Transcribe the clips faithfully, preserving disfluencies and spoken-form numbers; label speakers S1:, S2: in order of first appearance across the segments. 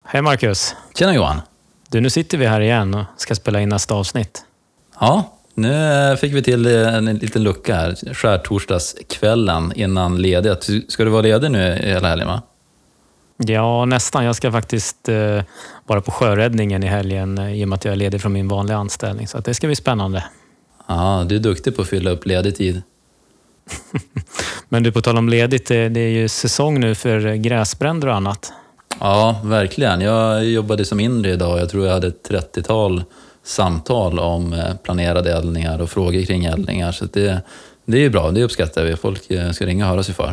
S1: Hej Marcus.
S2: Tjena Johan.
S1: Du, nu sitter vi här igen och ska spela in nästa avsnitt.
S2: Ja, nu fick vi till en liten lucka här. Skärtorsdagskvällen innan ledigt. Ska du vara ledig nu hela helgen, va?
S1: Ja, nästan. Jag ska faktiskt eh, vara på sjöräddningen i helgen i och med att jag är ledig från min vanliga anställning. Så att det ska bli spännande.
S2: Ja, du är duktig på att fylla upp ledig tid.
S1: Men du, på tal om ledigt, det, det är ju säsong nu för gräsbränder och annat.
S2: Ja, verkligen. Jag jobbade som inre idag. Jag tror jag hade ett trettiotal samtal om planerade eldningar och frågor kring eldningar. Så det, det är ju bra, det uppskattar vi. Folk ska ringa och höra sig för.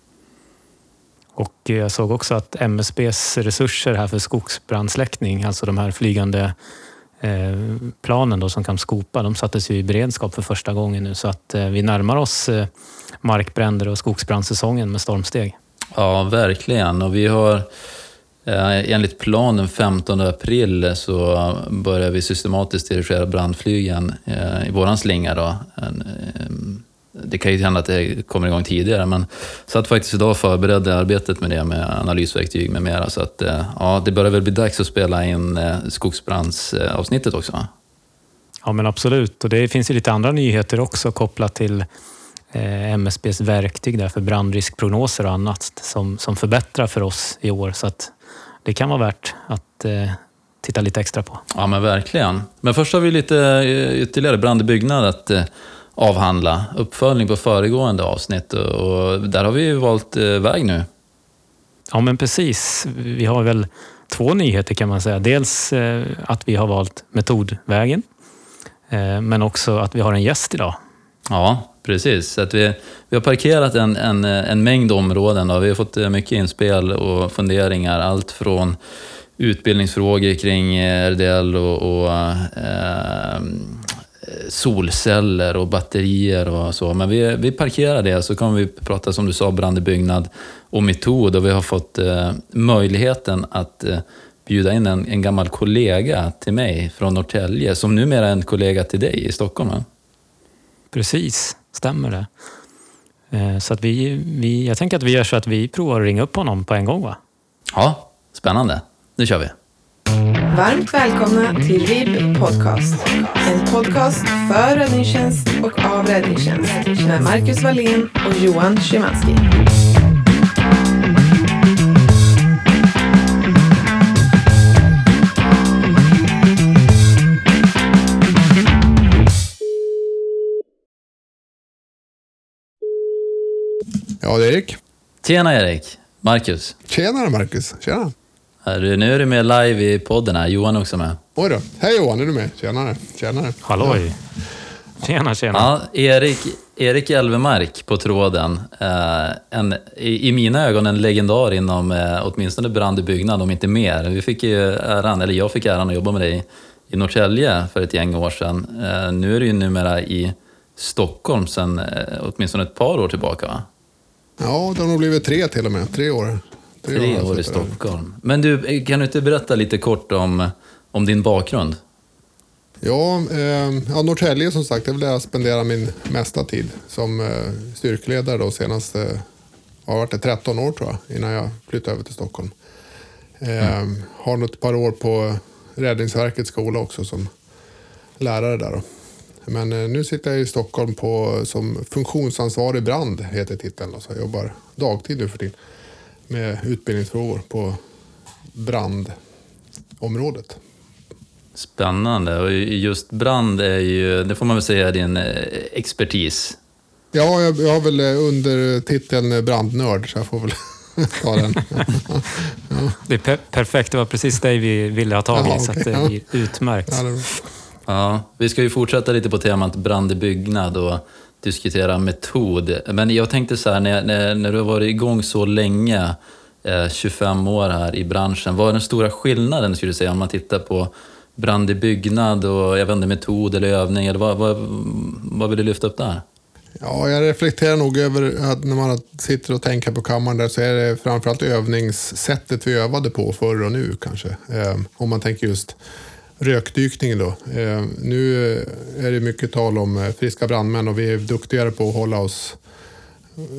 S1: Och jag såg också att M S B:s resurser här för skogsbrandsläckning, alltså de här flygande eh, planen då som kan skopa, de sattes ju i beredskap för första gången nu. Så att eh, vi närmar oss eh, markbränder och skogsbrandsäsongen med stormsteg.
S2: Ja, verkligen. Och vi har eh, enligt planen femtonde april så börjar vi systematiskt dirigera brandflygen eh, i våran slinga då. En, eh, det kan ju hända att det kommer igång tidigare, men så att faktiskt idag förberedde arbetet med det med analysverktyg med mera. Så att eh, ja, det börjar väl bli dags att spela in eh, skogsbrandsavsnittet också, va?
S1: Ja, men absolut. Och det finns ju lite andra nyheter också kopplat till eh, M S B:s verktyg där för brandriskprognoser och annat som, som förbättrar för oss i år. Så att det kan vara värt att eh, titta lite extra på.
S2: Ja, men verkligen. Men först har vi lite ytterligare brand i byggnad att eh, avhandla. Uppföljning på föregående avsnitt och där har vi ju valt eh, väg nu.
S1: Ja, men precis. Vi har väl två nyheter kan man säga. Dels eh, att vi har valt metodvägen, eh, men också att vi har en gäst idag.
S2: Ja, precis. Så att vi, vi har parkerat en, en, en mängd områden och vi har fått mycket inspel och funderingar. Allt från utbildningsfrågor kring R D L och, och eh, solceller och batterier och så. Men vi, vi parkerar det, så kommer vi prata, som du sa, brand i byggnad och metod. Och vi har fått eh, möjligheten att eh, bjuda in en, en gammal kollega till mig från Norrtälje, som numera är en kollega till dig i Stockholm, va?
S1: Precis, stämmer det. Eh, så att vi, vi, jag tänker att vi gör så att vi provar att ringa upp honom på en gång, va?
S2: Ja, spännande. Nu kör vi.
S3: Varmt välkomna till R I B Podcast. En podcast för räddningstjänst och av räddningstjänst med Marcus Wallén och Johan Szymanski.
S4: Ja, det är Erik.
S2: Tjena Erik, Marcus.
S4: Tjenare Marcus, tjena.
S2: Här, nu är du med live i podden här, Johan också med.
S4: Oj då, hej Johan, är du med? Tjenare, tjenare.
S1: Halloj. Ja. Tjena, tjena.
S2: Ja, Erik, Erik Elvemark på tråden. Eh, en, i, I mina ögon en legendar inom eh, åtminstone brand i byggnad, om inte mer. Vi fick ju äran, eller jag fick äran att jobba med dig i Norrtälje för ett gäng år sedan. Eh, nu är du ju numera i Stockholm sedan eh, åtminstone ett par år tillbaka, va?
S4: Ja, det har nog blivit tre till och med. Tre år.
S2: Tre, tre år i Stockholm. Men du, kan du inte berätta lite kort om, om din bakgrund?
S4: Ja, eh, ja, Norrtälje som sagt, det är väl där jag spenderar min mesta tid som eh, styrkeledare då senast. Eh, har varit det tretton år tror jag, innan jag flyttade över till Stockholm. Eh, mm. Har något ett par år på Räddningsverkets skola också som lärare där då. Men eh, nu sitter jag i Stockholm på, som funktionsansvarig brand, heter titeln. Så jag jobbar dagtid nu för tiden med utbildningsfrågor på brandområdet.
S2: Spännande. Och just brand är ju, det får man väl säga, din expertis.
S4: Ja, jag, jag har väl under titeln brandnörd, så jag får väl ta den.
S1: Ja. Det är per- perfekt, det var precis det vi ville ha tagit.
S4: Jaha,
S1: så
S4: okay,
S1: att det blir
S4: ja.
S1: utmärkt.
S4: Ja, det
S2: ja, vi ska ju fortsätta lite på temat brand i byggnad och diskutera metod. Men jag tänkte så här, när, när, när du har varit igång så länge, eh, tjugofem år här i branschen, vad är den stora skillnaden, skulle du säga, om man tittar på brand i byggnad och jag vet inte, metod eller övning, eller vad, vad, vad vill du lyfta upp där?
S4: Ja, jag reflekterar nog över att när man sitter och tänker på kammaren där, så är det framförallt övningssättet vi övade på förr och nu kanske. Eh, om man tänker just rökdykningen då. Eh, nu är det mycket tal om friska brandmän och vi är duktigare på att hålla oss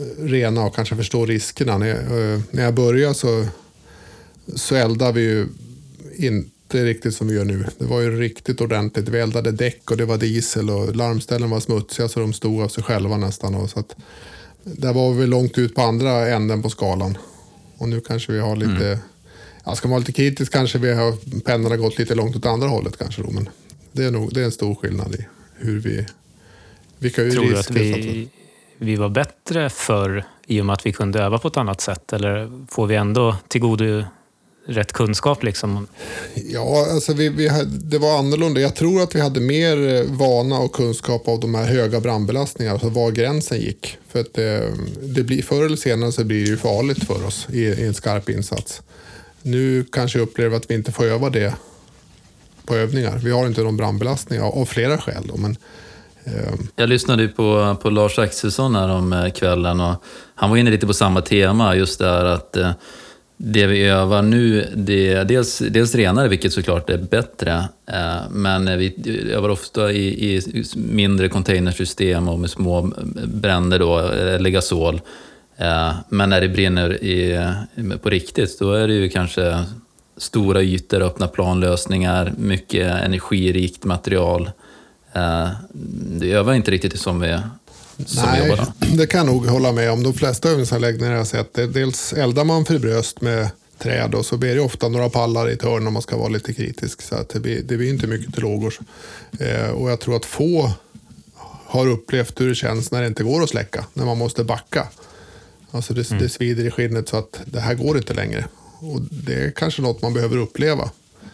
S4: rena och kanske förstå riskerna. När, eh, när jag började så, så eldade vi ju inte riktigt som vi gör nu. Det var ju riktigt ordentligt. Vi eldade däck och det var diesel och larmställen var smutsiga så de stod av sig själva nästan. Och så att, där var vi långt ut på andra änden på skalan. Och nu kanske vi har lite... Mm. Ja, ska man vara lite kritisk kanske vi har pennorna gått lite långt åt andra hållet kanske då. Men det är, nog, det är en stor skillnad i hur vi... Vilka
S1: Tror du att vi, vi var bättre för i och med att vi kunde öva på ett annat sätt? Eller får vi ändå till godo rätt kunskap liksom?
S4: Ja, alltså vi, vi, det var annorlunda. Jag tror att vi hade mer vana och kunskap av de här höga brandbelastningarna, alltså var gränsen gick. För att det, det blir, förr eller senare så blir det ju farligt för oss i, i en skarp insats. Nu kanske jag upplever att vi inte får öva det på övningar. Vi har inte någon brandbelastning av, av flera skäl då, men
S2: jag lyssnade ju på, på Lars Axelsson här om kvällen och han var inne lite på samma tema, just där att det vi övar nu, det är dels, dels renare, vilket såklart är bättre, men vi övar ofta i, i mindre containersystem och med små bränder då, eller gasol. Men när det brinner i, på riktigt, då är det ju kanske stora ytor, öppna planlösningar, mycket energirikt material. Det övar inte riktigt som vi, som
S4: Nej,
S2: vi jobbar då.
S4: Det kan jag nog hålla med om. De flesta övningsanläggningar jag har sett, dels eldar man för bröst med träd och så blir det ofta några pallar i ett hörn om man ska vara lite kritisk. Så att det, blir, det blir inte mycket till lågor. Eh, och jag tror att få har upplevt hur det känns när det inte går att släcka, när man måste backa. Alltså det, mm. det svider i skinnet så att det här går inte längre. Och det är kanske något man behöver uppleva.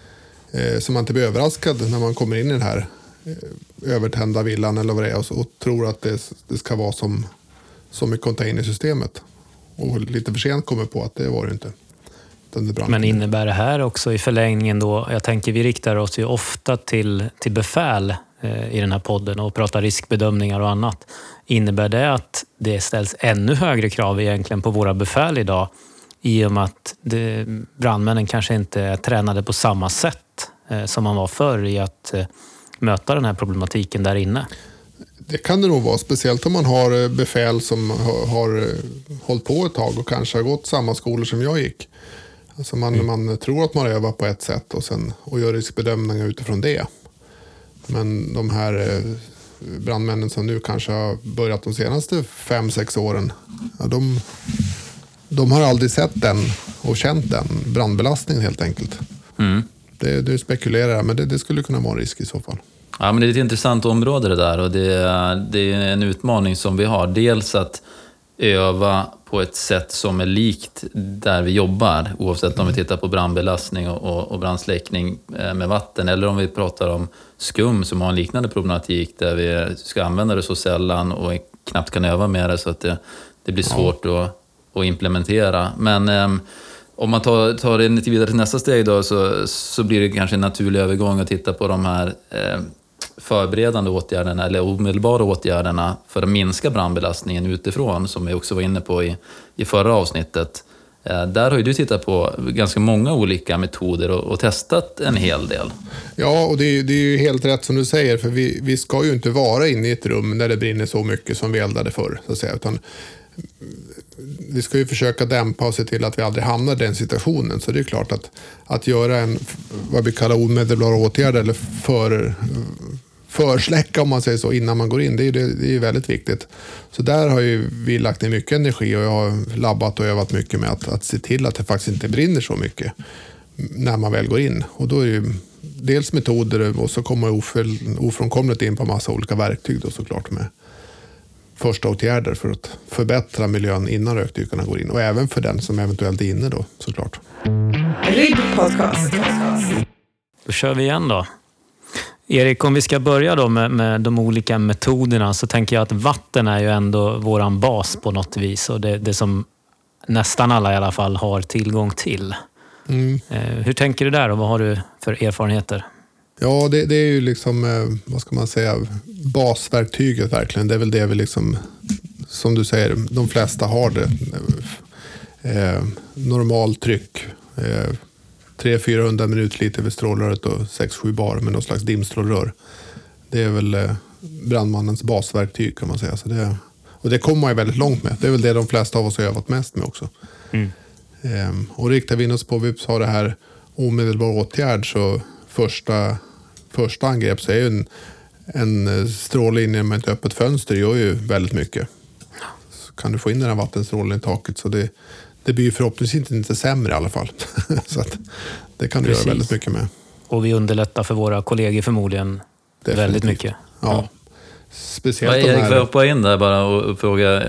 S4: Eh, så man inte blir överraskad när man kommer in i den här övertända villan eller vad det är och, och tror att det, det ska vara som, som i containersystemet. Och lite för sent kommer på att det var det inte. Det
S1: Men innebär det här också i förlängningen då, jag tänker vi riktar oss ju ofta till, till befäl eh, i den här podden och pratar riskbedömningar och annat. Innebär det att det ställs ännu högre krav egentligen på våra befäl idag i och med att det, brandmännen kanske inte är tränade på samma sätt eh, som man var förr i att eh, möta den här problematiken där inne?
S4: Det kan det nog vara, speciellt om man har befäl som har, har hållit på ett tag och kanske har gått samma skolor som jag gick. Alltså man, mm. man tror att man övar på ett sätt och, sen, och gör riskbedömningar utifrån det. Men de här brandmännen som nu kanske har börjat de senaste fem, sex åren, ja, de, de har aldrig sett den och känt den brandbelastningen helt enkelt. Mm. Det, det spekulerar, men det, det skulle kunna vara en risk i så fall.
S2: Ja, men det är ett intressant område det där och det, det är en utmaning som vi har. Dels att öva på ett sätt som är likt där vi jobbar, oavsett om vi tittar på brandbelastning och, och, och brandsläckning med vatten eller om vi pratar om skum som har en liknande problematik där vi ska använda det så sällan och knappt kan öva med det så att det, det blir svårt ja. att, att implementera. Men um, om man tar, tar det lite vidare till nästa steg då, så, så blir det kanske en naturlig övergång att titta på de här eh, förberedande åtgärderna eller omedelbara åtgärderna för att minska brandbelastningen utifrån, som vi också var inne på i, i förra avsnittet. Eh, där har ju du tittat på ganska många olika metoder och, och testat en hel del.
S4: Ja, och det är, det är ju helt rätt som du säger, för vi, vi ska ju inte vara inne i ett rum där det brinner så mycket som vi eldade förr, så att säga, utan vi ska ju försöka dämpa och se till att vi aldrig hamnar i den situationen. Så det är klart att, att göra en, vad vi kallar omedelbara åtgärder eller för, försläcka om man säger så innan man går in, det är ju det är väldigt viktigt. Så där har ju vi lagt ner mycket energi och jag har labbat och övat mycket med att, att se till att det faktiskt inte brinner så mycket när man väl går in. Och då är det ju dels metoder och så kommer man ofrånkomligt in på massa olika verktyg då såklart med första åtgärder för att förbättra miljön innan rökdykarna går in. Och även för den som eventuellt är inne då, såklart.
S3: R I B Podcast.
S1: Då kör vi igen då. Erik, om vi ska börja då med, med de olika metoderna så tänker jag att vatten är ju ändå våran bas på något vis. Och det, det som nästan alla i alla fall har tillgång till. Mm. Eh, hur tänker du där och vad har du för erfarenheter?
S4: Ja, det, det är ju liksom, vad ska man säga, basverktyget verkligen. Det är väl det vi liksom, som du säger, de flesta har det. Eh, normaltryck, eh, tre till fyrahundra minutliter vid strålröret och sex till sju bar med någon slags dimstrålrör. Det är väl eh, brandmannens basverktyg kan man säga. Så det, och det kommer man ju väldigt långt med. Det är väl det de flesta av oss har övat mest med också. Mm. Eh, och riktar vi in oss på, vi har det här omedelbar åtgärd så första, första angrepp så är ju en, en strållinje med ett öppet fönster gör ju väldigt mycket. Så kan du få in den här vattenstrålen i taket så det, det blir förhoppningsvis inte sämre i alla fall. Så att det kan du Precis. göra väldigt mycket med.
S1: Och vi underlättar för våra kollegor förmodligen Definitivt. väldigt mycket.
S4: Ja. ja. Speciellt
S2: ja, Erik, får jag hoppa in där bara och fråga.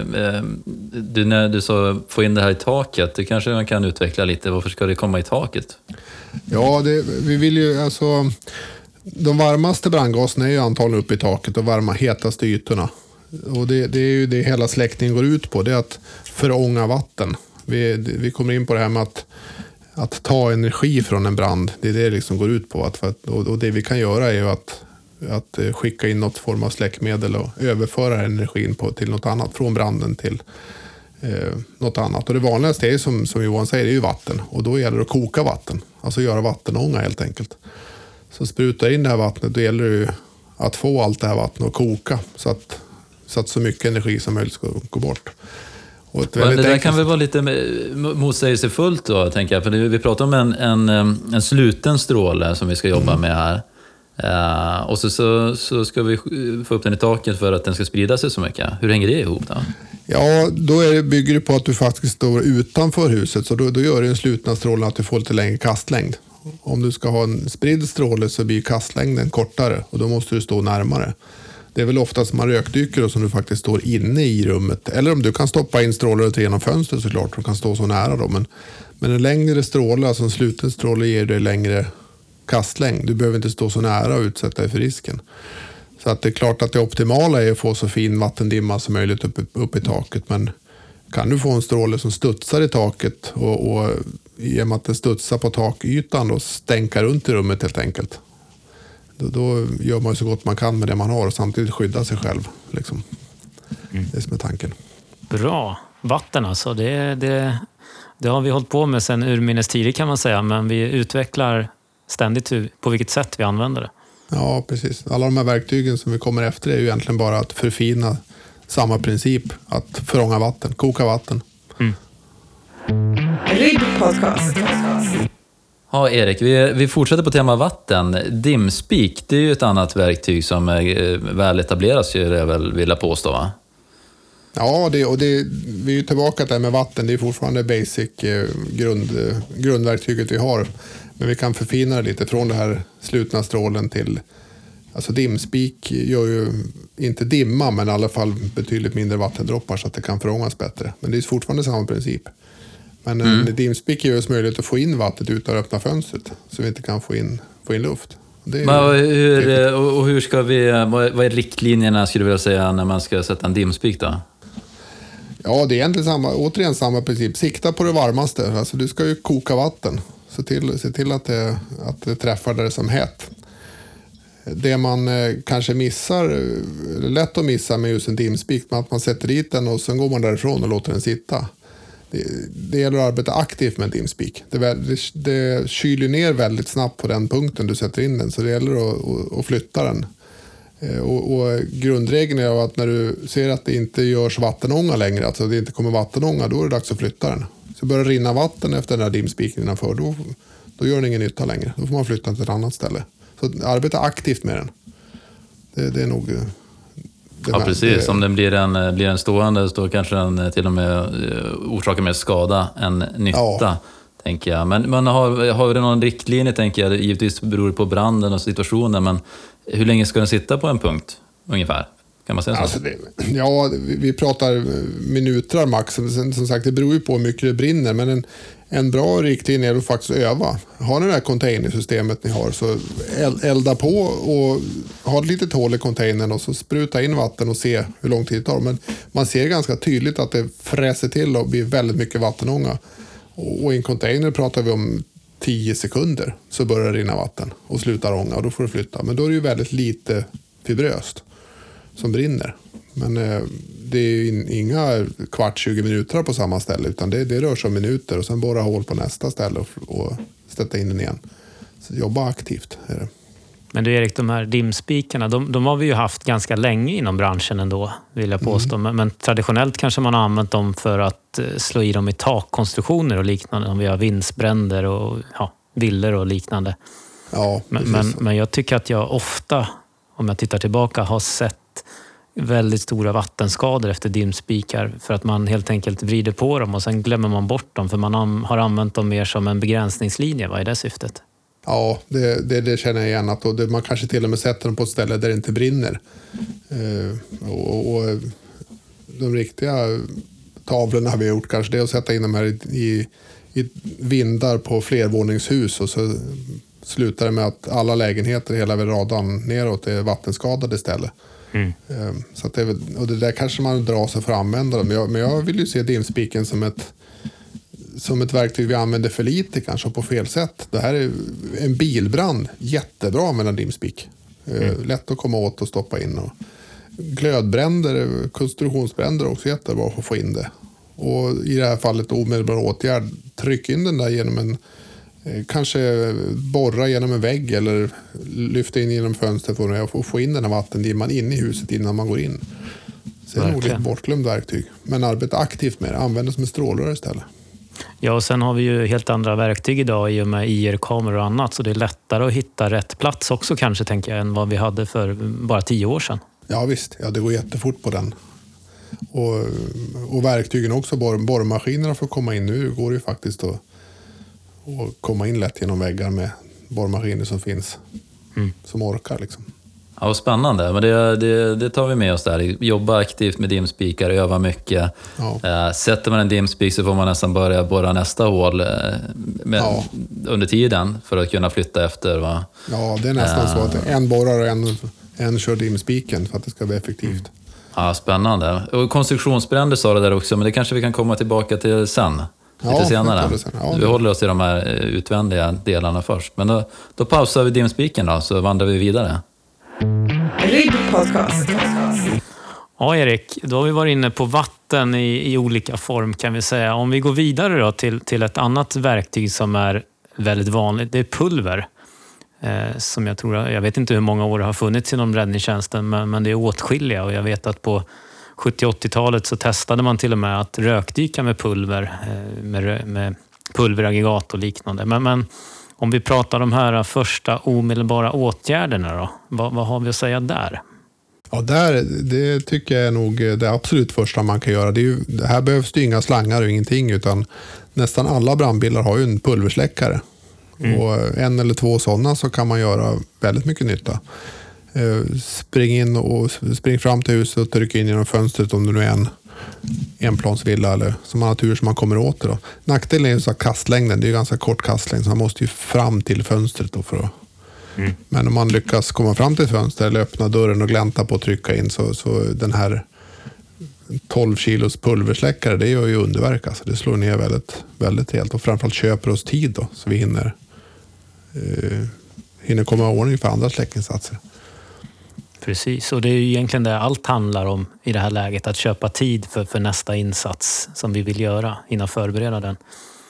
S2: Du, när du sa få in det här i taket, det kanske man kan utveckla lite. Varför ska det komma i taket?
S4: Ja, det, vi vill ju alltså... De varmaste brandgaserna är ju antagligen uppe i taket och varma hetaste ytorna. Och det, det är ju det hela släckningen går ut på, det är att förånga vatten. Vi, vi kommer in på det här med att, att ta energi från en brand. Det är det liksom går ut på. Att, och det vi kan göra är ju att, att skicka in något form av släckmedel och överföra energin på, till något annat, från branden till eh, något annat. Och det vanligaste är som, som Johan säger, det är ju vatten. Och då gäller det att koka vatten. Alltså göra vattenånga helt enkelt. Så spruta in det här vattnet, då gäller det ju att få allt det här vattnet att koka så att så, att så mycket energi som möjligt ska gå bort. Och ett
S2: Men det där kan väl vara lite motsägelsefullt då, tänker jag. För vi pratar om en, en, en sluten stråle som vi ska jobba mm. med här. Uh, och så, så, så ska vi få upp den i taket för att den ska sprida sig så mycket. Hur hänger det ihop då?
S4: Ja, då är det, bygger det på att du faktiskt står utanför huset. Så då, då gör det en slutna stråle att du får lite längre kastlängd. Om du ska ha en spridd stråle så blir kastlängden kortare och då måste du stå närmare. Det är väl oftast man rökdyker och som du faktiskt står inne i rummet. Eller om du kan stoppa in strålar genom fönstret såklart. Du kan stå så nära då. Men, men en längre stråle, alltså en sluten stråle, ger dig längre kastlängd. Du behöver inte stå så nära och utsätta dig för risken. Så att det är klart att det optimala är att få så fin vattendimma som möjligt upp, upp i taket. Men kan du få en stråle som studsar i taket och, och i och med att den studsar på takytan och stänkar runt i rummet helt enkelt. Då, då gör man ju så gott man kan med det man har och samtidigt skydda sig själv. Liksom. Mm. Det är som är tanken.
S1: Bra. Vatten alltså. Det, det, det har vi hållit på med sedan urminnes tider kan man säga. Men vi utvecklar ständigt på vilket sätt vi använder det.
S4: Ja, precis. Alla de här verktygen som vi kommer efter är ju egentligen bara att förfina samma princip. Att förånga vatten, koka vatten. Mm.
S3: Ribb podcast.
S2: Ja, Erik, vi, vi fortsätter på tema vatten. Dimspik, det är ju ett annat verktyg som är väl etableras, ju det väl vilja påstå, va?
S4: Ja, det, och det, vi är ju tillbaka där med vatten. Det är fortfarande basic grund, grundverktyget vi har. Men vi kan förfina det lite från det här slutna strålen till... Alltså dimspik gör ju inte dimma, men i alla fall betydligt mindre vattendroppar så att det kan förångas bättre. Men det är fortfarande samma princip. Men mm. en dimspik ger oss möjlighet att få in vattnet utan att öppna fönstret. Så vi inte kan få in, få in luft. Det är
S2: Men hur, och hur ska vi, vad är riktlinjerna skulle du vilja säga när man ska sätta en dimspik då?
S4: Ja, det är egentligen samma, återigen samma princip. Sikta på det varmaste. Alltså du ska ju koka vatten. Se till, se till att, det, att det träffar där det är som hett. Det man eh, kanske missar, det är lätt att missa med just en dimspik, men att man sätter dit den och sen går man därifrån och låter den sitta. Det, det gäller att arbeta aktivt med en dimspik. Det, det, det kyler ner väldigt snabbt på den punkten du sätter in den, så det gäller att, att, att flytta den. Eh, och, och grundregeln är att när du ser att det inte görs vattenånga längre, alltså det inte kommer vattenånga, då är det dags att flytta den. Så börjar det rinna vatten efter den här dimspiken innanför, då, då gör den ingen nytta längre. Då får man flytta den till ett annat ställe. Så arbeta aktivt med den. Det, det är nog... Det
S2: ja, precis. Det, om den blir en, blir en stående så kanske den till och med orsakar mer skada än nytta, ja. Tänker jag. Men man har, har det någon riktlinje, tänker jag? Givetvis beror det på branden och situationen, men hur länge ska den sitta på en punkt, ungefär? Kan man säga så?
S4: Alltså det, ja, vi, vi pratar minuter max. Som sagt, det beror ju på hur mycket det brinner, men en En bra riktlinje är att faktiskt öva. Ha det där containersystemet ni har, så elda på och ha ett litet hål i containern och så spruta in vatten och se hur lång tid det tar. Men man ser ganska tydligt att det fräser till och blir väldigt mycket vattenånga. Och i en container pratar vi om tio sekunder så börjar det rinna vatten och slutar ånga och då får du flytta. Men då är det ju väldigt lite fibröst som brinner. Men eh, det är ju inga kvart, tjugo minuter på samma ställe, utan det, det rör sig om minuter och sen borra hål på nästa ställe och, och sätta in den igen. Så jobba aktivt är det. Men
S1: du Erik, de här dimspikarna, de, de har vi ju haft ganska länge inom branschen ändå, vill jag påstå. Mm. Men, men traditionellt kanske man har använt dem för att slå i dem i takkonstruktioner och liknande, om vi har vindsbränder och ja, villor och liknande.
S4: Ja,
S1: men, men, men jag tycker att jag ofta, om jag tittar tillbaka, har sett väldigt stora vattenskador efter dimspikar för att man helt enkelt vrider på dem och sen glömmer man bort dem för man har använt dem mer som en begränsningslinje. Vad är det syftet?
S4: Ja, det, det, det känner jag igen. Att då, det, man kanske till och med sätter dem på ett ställe där det inte brinner. Eh, och, och de riktiga tavlorna har vi gjort kanske det är att sätta in dem här i, i, i vindar på flervåningshus och så slutar det med att alla lägenheter hela radan neråt är vattenskadade istället. Mm. Så att det, och det där kanske man drar sig för att använda dem. Men jag, men jag vill ju se dimspiken som ett, som ett verktyg vi använder för lite kanske på fel sätt. Det här är en bilbrand, jättebra med en dimspik. Mm. Lätt att komma åt och stoppa in. Och glödbränder, konstruktionsbränder också jättebra för att få in det. Och i det här fallet omedelbar åtgärd, tryck in den där genom en kanske borra genom en vägg eller lyfta in genom fönstret och få in den här vattendimman in i huset innan man går in. Så det är nog lite bortglömt verktyg. Men arbeta aktivt med det, använda som en strålrör istället.
S1: Ja, och sen har vi ju helt andra verktyg idag i och med I R-kameror och annat. Så det är lättare att hitta rätt plats också kanske, tänker jag, än vad vi hade för bara tio år sedan.
S4: Ja visst, ja, det går jättefort på den. Och, och verktygen också, borr, borrmaskinerna får komma in nu. Går det ju faktiskt att och komma in lätt genom väggar med borrmaskiner som finns. Mm. Som orkar liksom.
S2: Ja, spännande. Men det, det, det tar vi med oss där. Jobba aktivt med dimspikar, öva mycket. Ja. Sätter man en dimspik så får man nästan börja borra nästa hål med, ja. under tiden för att kunna flytta efter. Va?
S4: Ja, det är nästan äh. så att en borrar och en, en kör dimspiken för att det ska bli effektivt. Mm.
S2: Ja, spännande. Och konstruktionsbränder sa det där också, men det kanske vi kan komma tillbaka till sen. Lite
S4: ja,
S2: senare.
S4: Sen. Ja,
S2: vi håller oss i de här utvändiga delarna först. Men då, då pausar vi dimspiken då, så vandrar vi vidare.
S3: Ribb podcast.
S1: Ja, Erik, då har vi varit inne på vatten i, i olika form kan vi säga. Om vi går vidare då till, till ett annat verktyg som är väldigt vanligt, det är pulver. Eh, som jag tror, jag vet inte hur många år det har funnits inom räddningstjänsten, men, men det är åtskilliga och jag vet att på sjuttio-åttiotalet så testade man till och med att rökdyka med pulver, med, med pulveraggregat och liknande. Men, men om vi pratar om de här första omedelbara åtgärderna då, vad, vad har vi att säga där?
S4: Ja, där, det tycker jag är nog det absolut första man kan göra. Det, är ju, det här behövs det inga slangar och ingenting, utan nästan alla brandbilar har ju en pulversläckare. Mm. Och en eller två sådana så kan man göra väldigt mycket nytta. Spring in och spring fram till huset och tryck in genom fönstret om det nu är en enplansvilla eller som man har tur som man kommer åt det då. Nackdelen är ju så kastlängden, det är ju ganska kort kastlängd så man måste ju fram till fönstret då för att mm. Men om man lyckas komma fram till fönstret eller öppna dörren och glänta på och trycka in så, så den här tolv kilos pulversläckare, det gör ju underverk alltså. Det slår ner väldigt, väldigt helt och framförallt köper oss tid då så vi hinner eh, hinner komma i ordning för andra släckinsatser.
S1: Precis, och det är ju egentligen det allt handlar om i det här läget, att köpa tid för, för nästa insats som vi vill göra innan förbereda den.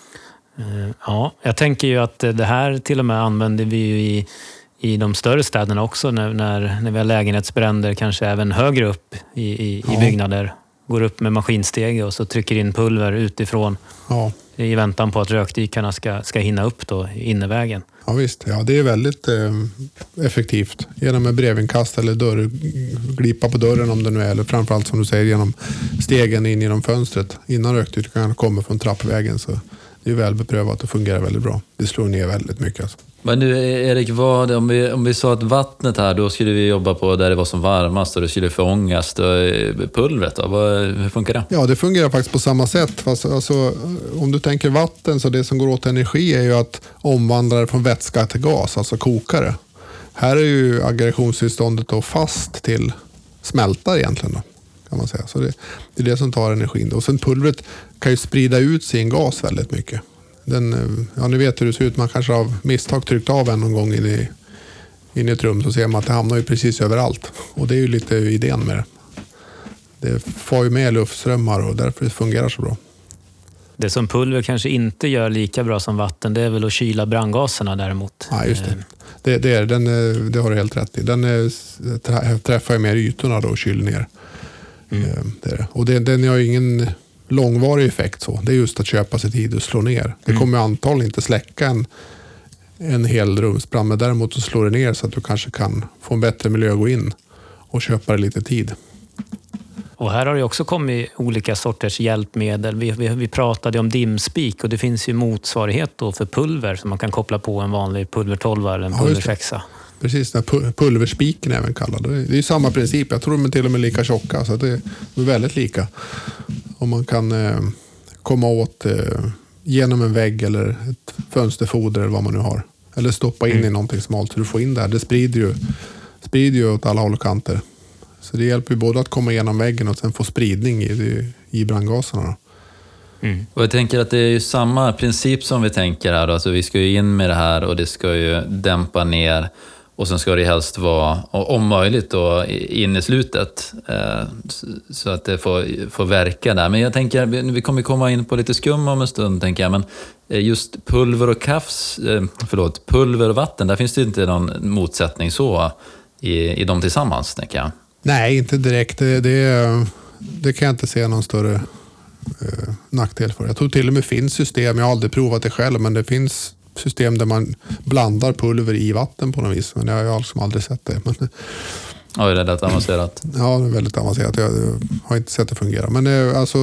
S1: Ja, jag tänker ju att det här till och med använder vi ju i, i de större städerna också när, när, när vi har lägenhetsbränder, kanske även högre upp i, i, ja. i byggnader. Går upp med maskinsteg och så trycker in pulver utifrån ja. i väntan på att rökdykarna ska, ska hinna upp då innevägen.
S4: Ja visst, ja, det är väldigt eh, effektivt. Genom en brevinkast eller dörr, glipa på dörren om det nu är, eller framförallt som du säger genom stegen in genom fönstret innan rökdykarna kommer från trappvägen, så det är väl beprövat och fungerar väldigt bra. Det slår ner väldigt mycket alltså.
S2: Men nu Erik, vad, om, vi, om vi sa att vattnet här, då skulle vi jobba på där det var som varmast och det skulle förångas. Pulvret då, vad, hur funkar det?
S4: Ja, det fungerar faktiskt på samma sätt. Fast, alltså, om du tänker vatten, så det som går åt energi är ju att omvandla det från vätska till gas, alltså kokare. Här är ju aggregationstillståndet då fast till smälta egentligen då, kan man säga. Så det, det är det som tar energin då. Och sen pulvret kan ju sprida ut sin gas väldigt mycket. Den, ja, ni vet hur det ser ut. Man kanske av misstag tryckt av en någon gång in i, in i ett rum, så ser man att det hamnar ju precis överallt. Och det är ju lite idén med det. Det får ju med luftströmmar och därför det fungerar så bra.
S1: Det som pulver kanske inte gör lika bra som vatten, det är väl att kyla brandgaserna däremot.
S4: Ja, just det. Det, det, är, den, det har du helt rätt i. Den träffar ju mer ytorna då och kyler ner. Mm. Det är det. Och det, den har ju ingen långvarig effekt så. Det är just att köpa sig tid och slå ner. Det kommer mm. antagligen inte släcka en, en hel rumsbrand. Men däremot så slår det ner så att du kanske kan få en bättre miljö att gå in och köpa det lite tid.
S1: Och här har det också kommit olika sorters hjälpmedel. Vi, vi, vi pratade om dimspik och det finns ju motsvarighet då för pulver som man kan koppla på en vanlig pulvertolva eller en
S4: Ja,
S1: pulversexa.
S4: Precis, den här pulverspiken även kallad. Det är ju samma princip. Jag tror de är till och med lika tjocka, så det är väldigt lika. Och man kan eh, komma åt eh, genom en vägg eller ett fönsterfoder eller vad man nu har. Eller stoppa in mm. i någonting smalt så du får in det här. Det sprider ju, sprider ju åt alla håll och kanter. Så det hjälper ju både att komma igenom väggen och sen få spridning i, i brandgaserna då.
S2: Mm. Och jag tänker att det är ju samma princip som vi tänker här. Alltså vi ska ju in med det här och det ska ju dämpa ner. Och sen ska det helst vara, om möjligt, då, in i slutet. Eh, så att det får, får verka där. Men jag tänker, vi kommer komma in på lite skum om en stund, tänker jag. Men just pulver och kafs, eh, förlåt, pulver och vatten, där finns det inte någon motsättning så i, i dem tillsammans, tänker jag.
S4: Nej, inte direkt. Det, det, det kan jag inte se någon större eh, nackdel för. Jag tror till och med finns system, jag har aldrig provat det själv, men det finns system där man blandar pulver i vatten på något vis. Men jag har liksom aldrig sett det. Men,
S2: ja, det är rätt avancerat.
S4: Ja, det är väldigt avancerat. Jag har inte sett det fungera. Men eh, alltså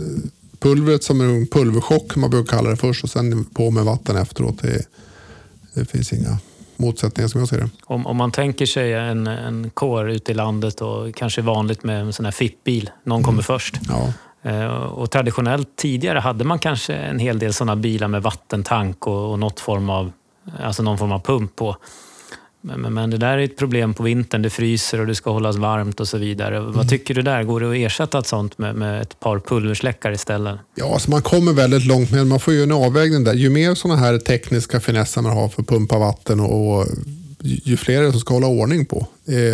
S4: pulvret som en pulverchock, man brukar kalla det först, och sen på med vatten efteråt. Det, det finns inga motsättningar som jag ser det.
S1: Om, om man tänker sig en, en kår ute i landet och kanske vanligt med en sån här F I P-bil. Någon mm. kommer först.
S4: Ja.
S1: Och traditionellt tidigare hade man kanske en hel del sådana bilar med vattentank och, och något form av, alltså någon form av pump på. Men, men, men det där är ett problem på vintern. Det fryser och det ska hållas varmt och så vidare. Mm. Vad tycker du där? Går det att ersätta ett sånt med, med ett par pulversläckare istället?
S4: Ja, alltså man kommer väldigt långt, men man får ju en avvägning där. Ju mer sådana här tekniska finesser man har för att pumpa vatten och, och ju fler som ska hålla ordning på.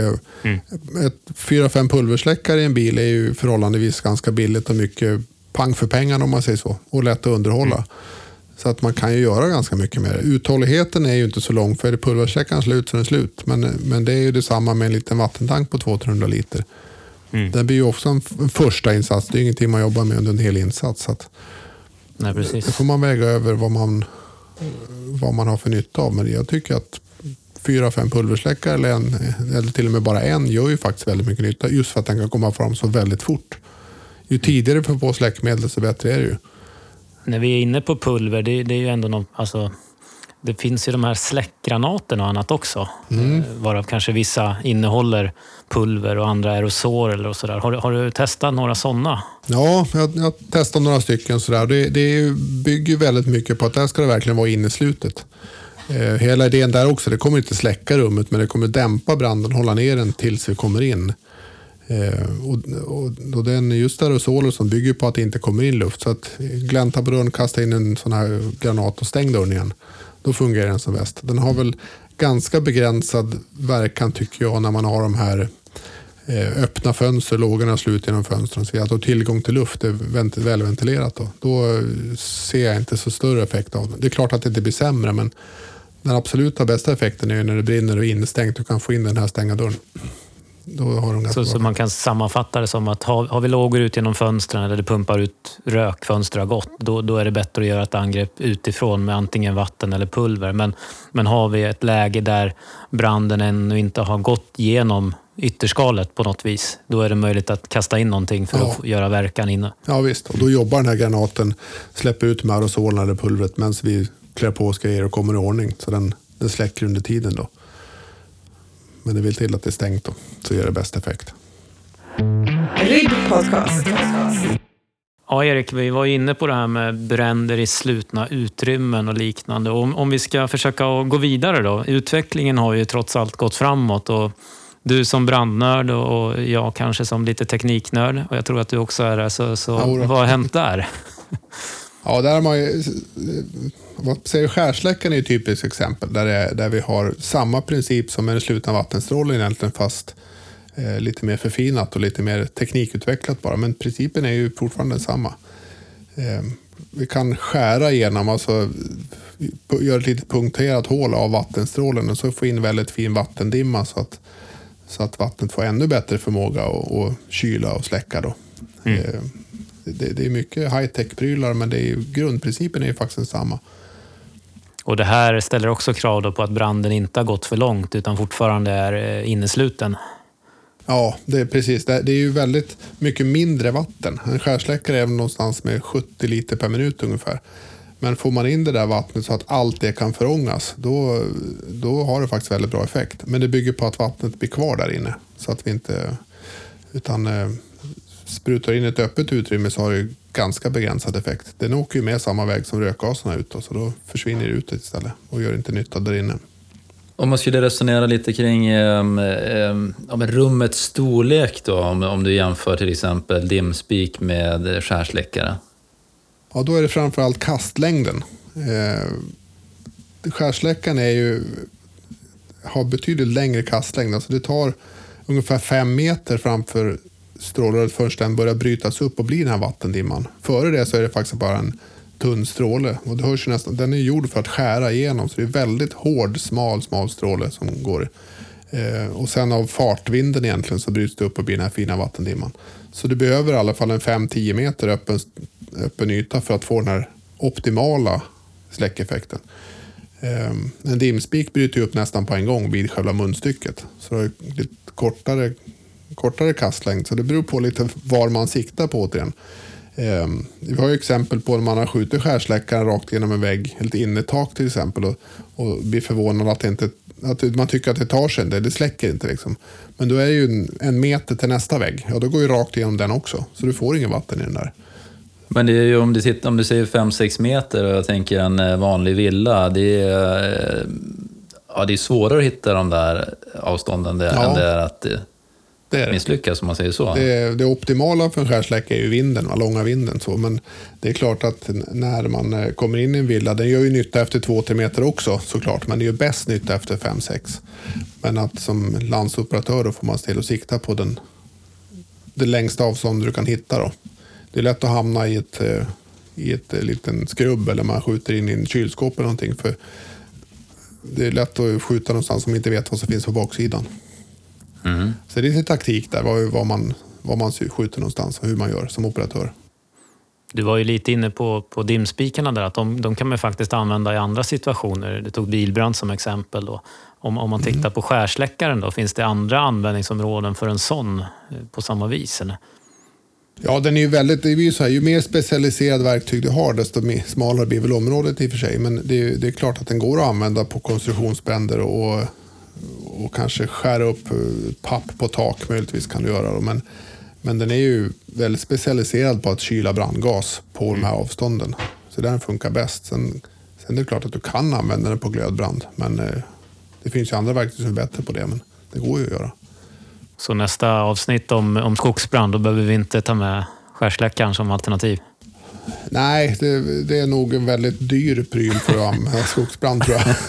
S4: Mm. Ett fyra fem pulversläckare i en bil är ju förhållandevis ganska billigt och mycket pang för pengarna om man säger så. Och lätt att underhålla. Mm. Så att man kan ju göra ganska mycket med det. Uthålligheten är ju inte så lång, för är det pulversläckaren slut så är den slut. Men, men det är ju detsamma med en liten vattentank på två till tre hundra liter. Mm. Det blir ju också en, en första insats. Det är ingenting man jobbar med under en hel insats. Så att,
S1: nej, precis.
S4: Det får man väga över vad man, vad man har för nytta av. Men jag tycker att fyra, fem pulversläckare eller, en, eller till och med bara en gör ju faktiskt väldigt mycket nytta. Just för att den kan komma fram så väldigt fort. Ju tidigare för på släckmedel så bättre är det ju.
S1: När vi är inne på pulver, det, det är ju ändå någon, alltså, det finns ju de här släckgranaterna och annat också. Mm. Varav kanske vissa innehåller pulver och andra aerosoler och sådär. Har, har du testat några sådana?
S4: Ja, jag, jag har testat några stycken sådär. Det, det bygger väldigt mycket på att där ska det verkligen vara inneslutet. Eh, hela idén där också, det kommer inte släcka rummet, men det kommer dämpa branden, hålla ner den tills vi kommer in. Eh, och, och, och den just aerosoler som bygger på att det inte kommer in luft. Så att glänta på dörren, kasta in en sån här granat och stäng dörren igen. Då fungerar den som bäst. Den har väl ganska begränsad verkan tycker jag när man har de här eh, öppna fönster, lågorna slut genom fönstren. Så att ha tillgång till luft är väldigt välventilerat. Då. då ser jag inte så större effekt av det. Det är klart att det inte blir sämre, men den absoluta bästa effekten är när det brinner och är instängt. Du kan få in den här stänga dörren. Då har de
S1: så, så man kan sammanfatta det som att har, har vi lågor ut genom fönstren eller det pumpar ut rök, fönster har gått, då, då är det bättre att göra ett angrepp utifrån med antingen vatten eller pulver. Men, men har vi ett läge där branden ännu inte har gått genom ytterskalet på något vis, då är det möjligt att kasta in någonting för ja. att göra verkan inne.
S4: Ja visst, och då jobbar den här granaten, släpper ut med aerosolerna eller pulvret medan vi klär på oss grejer och kommer i ordning. Så den, den släcker under tiden då. Men det vill till att det är stängt då, så ger det bäst effekt.
S3: R I B Podcast.
S1: Ja, Erik, vi var inne på det här med bränder i slutna utrymmen och liknande. Om, om vi ska försöka gå vidare då. Utvecklingen har ju trots allt gått framåt och du som brandnörd och jag kanske som lite tekniknörd, och jag tror att du också är det, så, så ja, vad har hänt där?
S4: Ja, där har man ju, vad säger, skärsläckaren är ju ett typiskt exempel där, det, där vi har samma princip som en slutna vattenstrålning egentligen, fast eh, lite mer förfinat och lite mer teknikutvecklat bara, men principen är ju fortfarande densamma. Eh, vi kan skära igenom, alltså göra ett litet punkterat hål av vattenstrålen och så få in väldigt fin vattendimma så att, så att vattnet får ännu bättre förmåga att kyla och släcka då. Mm. Eh, Det, det är mycket high-tech-prylar, men det är ju, grundprincipen är ju faktiskt samma.
S1: Och det här ställer också krav då på att branden inte har gått för långt utan fortfarande är innesluten.
S4: Ja, det är precis. Det är ju väldigt mycket mindre vatten. En skärsläckare är väl någonstans med sjuttio liter per minut ungefär. Men får man in det där vattnet så att allt det kan förångas, då, då har det faktiskt väldigt bra effekt. Men det bygger på att vattnet blir kvar där inne. Så att vi inte, utan eh, sprutar in ett öppet utrymme så har det ganska begränsad effekt. Den åker ju med samma väg som rökgaserna ut då, så då försvinner det ut istället och gör inte nytta där inne.
S2: Om man skulle resonera lite kring eh, eh, rummets storlek då, om, om du jämför till exempel dimspik med skärsläckare.
S4: Ja, då är det framförallt kastlängden. Eh, skärsläckaren är ju, har betydligt längre kastlängd. Alltså det tar ungefär fem meter framför strålar först den börjar brytas upp och blir den här vattendimman. Före det så är det faktiskt bara en tunn stråle. Och det hörs ju nästan, den är gjord för att skära igenom. Så det är väldigt hård, smal, smal stråle som går. Eh, och sen av fartvinden egentligen så bryts det upp och blir den här fina vattendimman. Så du behöver i alla fall en fem till tio meter öppen, öppen yta för att få den här optimala släckeffekten. Eh, en dimspik bryter upp nästan på en gång vid själva munstycket. Så det är lite kortare, kortare kastlängd. Så det beror på lite var man siktar på återigen. Eh, vi har ju exempel på när man har skjutit skärsläckaren rakt genom en vägg, ett innertak till exempel, och, och blir förvånad att, det inte, att man tycker att det tar sig, det, det släcker inte liksom. Men då är det ju en, en meter till nästa vägg, ja då går ju rakt igenom den också, så du får ingen vatten i den där.
S2: Men det är ju om du, tittar, om du säger fem sex meter och jag tänker en vanlig villa, det är, ja, det är svårare att hitta de där avstånden där,
S4: ja.
S2: än det är att
S4: Det är det.
S2: misslyckas, om man säger så.
S4: Det, det optimala för en skärsläckare är ju vinden, långa vinden. Så. Men det är klart att när man kommer in i en villa, den gör ju nytta efter två till tre meter också såklart. Men det gör bäst nytta efter fem sex. Men att som landsoperatör då får man till och sikta på den, det längsta avstånd du kan hitta då. Det är lätt att hamna i ett, i ett liten skrubb eller man skjuter in i en kylskåp eller någonting. För det är lätt att skjuta någonstans som inte vet vad som finns på baksidan. Mm. Så det är lite taktik där, vad, vad, man, vad man skjuter någonstans och hur man gör som operatör.
S1: Du var ju lite inne på, på dimspikarna där, att de, de kan man faktiskt använda i andra situationer. Du tog bilbrand som exempel då. Om, om man tittar mm. på skärsläckaren då, finns det andra användningsområden för en sån på samma vis? Eller?
S4: Ja, den är ju väldigt, det är ju så här, ju mer specialiserad verktyg du har, desto mer, smalare blir väl området i och för sig. Men det är, det är klart att den går att använda på konstruktionsbränder och och kanske skära upp papp på tak möjligtvis kan du göra. Men, men den är ju väldigt specialiserad på att kyla brandgas på mm. de här avstånden. Så den funkar bäst. Sen, sen är det klart att du kan använda den på glödbrand. Men eh, det finns ju andra verktyg som är bättre på det. Men det går ju att göra. Så
S1: nästa avsnitt om, om skogsbrand, då behöver vi inte ta med skärsläckaren som alternativ?
S4: Nej, det, det är nog en väldigt dyr pryl för att använda skogsbrand tror jag.